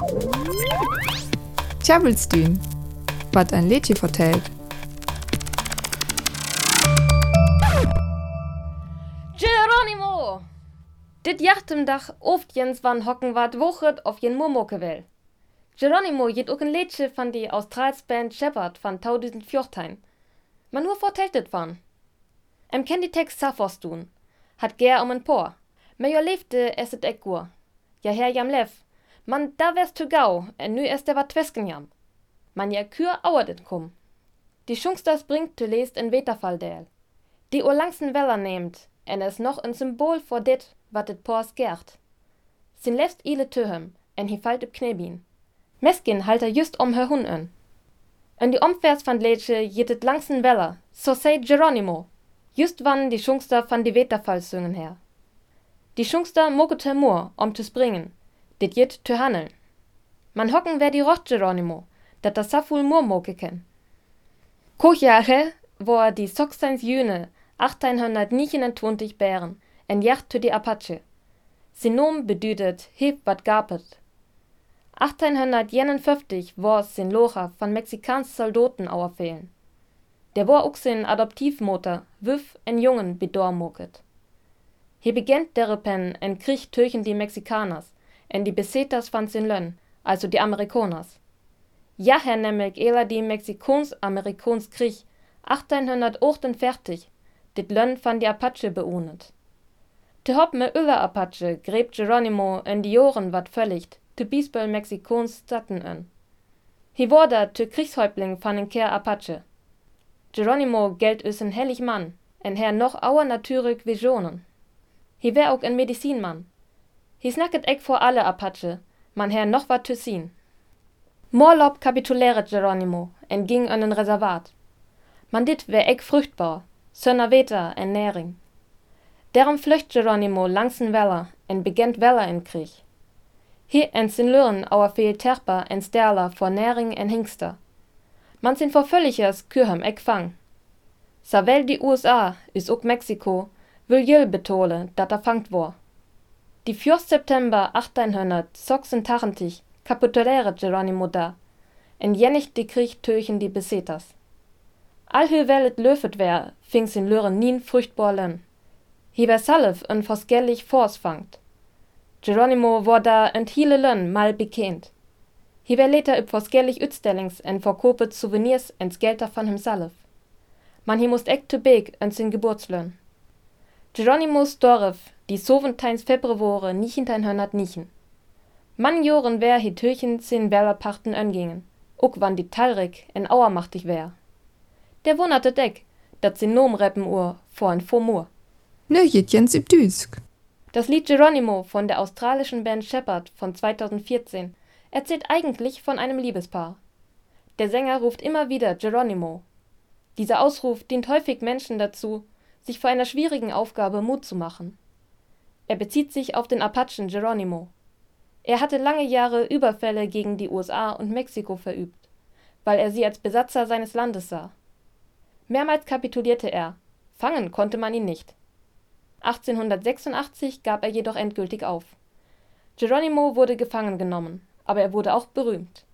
Tjabelstün, wat ein Liedje vertellt. Geronimo! Dit Jachtemdag oft jens van hocken wat wochet of jen momoke wel. Geronimo jet ook een liedje van die Australs band Shepherd van 2014. Maar nur vertellt dit van. Ken die tekst safos doen. Hat ger om een por. Maar jo leefde es het ekkur. Ja her jam lef. Man da wärst tu gau, en nu es der wat twesken jam. Man ja kür auer dit kum. Die Schungsters bringt tu leest en Weterfall del. Die o langsen Weller nehmt, en es noch een Symbol voor dit, wat dit por skert. Sin lefst ile töhem, en hi falt op knebien. Meskin halter just om her hun an. En die omvers van leedje jet het langsen Weller, so say Geronimo. Just wann die Schungster van die Weterfall singen her. Die Schungster moket her moor, om te springen, dit jet te handeln. Man hocken wer die rocht Geronimo, dat das saful moor moke ken. Kochjahre, wo die 16 Juni 1829 bären, en jacht te die Apache. Sin nom bedüdet heb wat gapet. 1851 war sin Locha van Mexikaans Soldaten auerfehlen. Der war ook sin Adoptivmotor, wüf en Jungen bedormoket. He begent derepen en Krieg töchen die Mexikaners en die Beseters van sin Lön, also die Amerikaners. Ja, her nämlich eler die Mexikons-Amerikons Krieg 1848 dit Lön van die Apache beonet. Te hop me ulle Apache gräbt Geronimo en die Joren wat völligt, te biesbel Mexikons Statten an. He wurde te Kriegshäuptling van en Kehr Apache. Geronimo gelt us en hellig Mann, en her noch auer natürlich Visionen. He wär ook en Medizinmann. He snacket ek vor alle Apache, man her noch wat te zien. Morlob kapituläret Geronimo en ging an en Reservat. Man dit wär ek fruchtbar, sönner Weter en Näring. Derom flöcht Geronimo langsen Weller en begent Weller in Krieg. He en sin Lüren auer veel Terper en Sterler vor Näring en Hingster. Man sin vor völligers Kürhem ek fang. Sawel die USA is ook Mexiko will jöl betole, dat fangt war. Die 4. September 1886 kapituläret Geronimo da, en jennig die Krieg töchen die Beseters. Alhö wellet löfet wär, fing sin Lüren nien fruchtbar lön. Hi wär salf en forskellig Fors fangt. Geronimo war da en hiele lön mal bekend. Hi wär leter üb forskellig Utstellings en verkopet Souvenirs ens Gelder van hem salf. Man hi must ek te beg en sin Geburtslön. Geronimo storf die 17. Februare 1909. Man joren wär hi töchen sin Wellerpachten öngingen, ook wann die talrig en auermachtig wär. Der wunderte deck, dat sin Nom reppen vor en Fomur. Nö, jet jens üb Düsk. Das Lied Geronimo von der australischen Band Shepherd von 2014 erzählt eigentlich von einem Liebespaar. Der Sänger ruft immer wieder Geronimo. Dieser Ausruf dient häufig Menschen dazu, sich vor einer schwierigen Aufgabe Mut zu machen. Er bezieht sich auf den Apachen Geronimo. Er hatte lange Jahre Überfälle gegen die USA und Mexiko verübt, weil er sie als Besatzer seines Landes sah. Mehrmals kapitulierte er, fangen konnte man ihn nicht. 1886 gab er jedoch endgültig auf. Geronimo wurde gefangen genommen, aber er wurde auch berühmt.